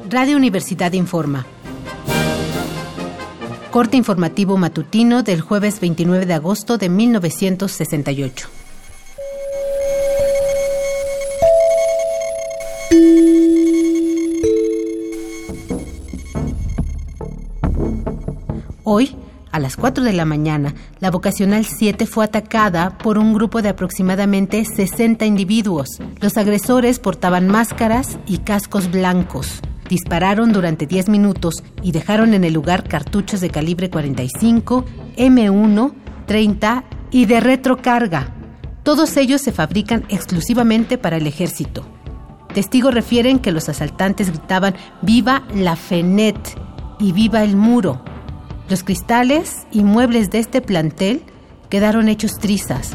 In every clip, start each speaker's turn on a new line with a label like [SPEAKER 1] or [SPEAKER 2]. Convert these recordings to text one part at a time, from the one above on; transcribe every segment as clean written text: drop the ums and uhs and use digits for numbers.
[SPEAKER 1] Radio Universidad informa. Corte informativo matutino del jueves 29 de agosto de 1968. Hoy, a las 4 de la mañana, la Vocacional 7 fue atacada por un grupo de aproximadamente 60 individuos. Los agresores portaban máscaras y cascos blancos. Dispararon durante 10 minutos y dejaron en el lugar cartuchos de calibre 45, M1, 30 y de retrocarga. Todos ellos se fabrican exclusivamente para el ejército. Testigos refieren que los asaltantes gritaban «¡Viva la FENET!» y «¡Viva el muro!». Los cristales y muebles de este plantel quedaron hechos trizas.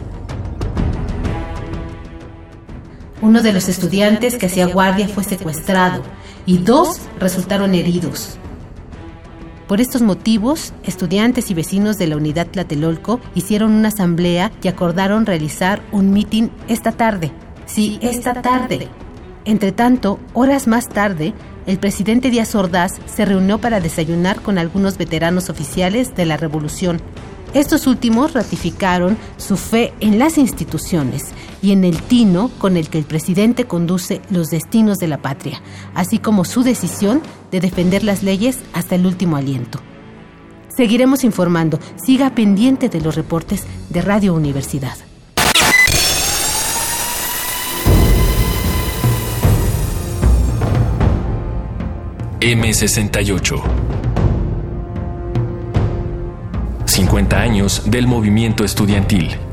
[SPEAKER 1] Uno de los estudiantes que hacía guardia fue secuestrado y 2 resultaron heridos. Por estos motivos, estudiantes y vecinos de la unidad Tlatelolco hicieron una asamblea y acordaron realizar un mitin esta tarde. Sí, esta tarde. Entretanto, horas más tarde, el presidente Díaz Ordaz se reunió para desayunar con algunos veteranos oficiales de la revolución. Estos últimos ratificaron su fe en las instituciones y en el tino con el que el presidente conduce los destinos de la patria, así como su decisión de defender las leyes hasta el último aliento. Seguiremos informando. Siga pendiente de los reportes de Radio Universidad.
[SPEAKER 2] M68. 50 años del movimiento estudiantil.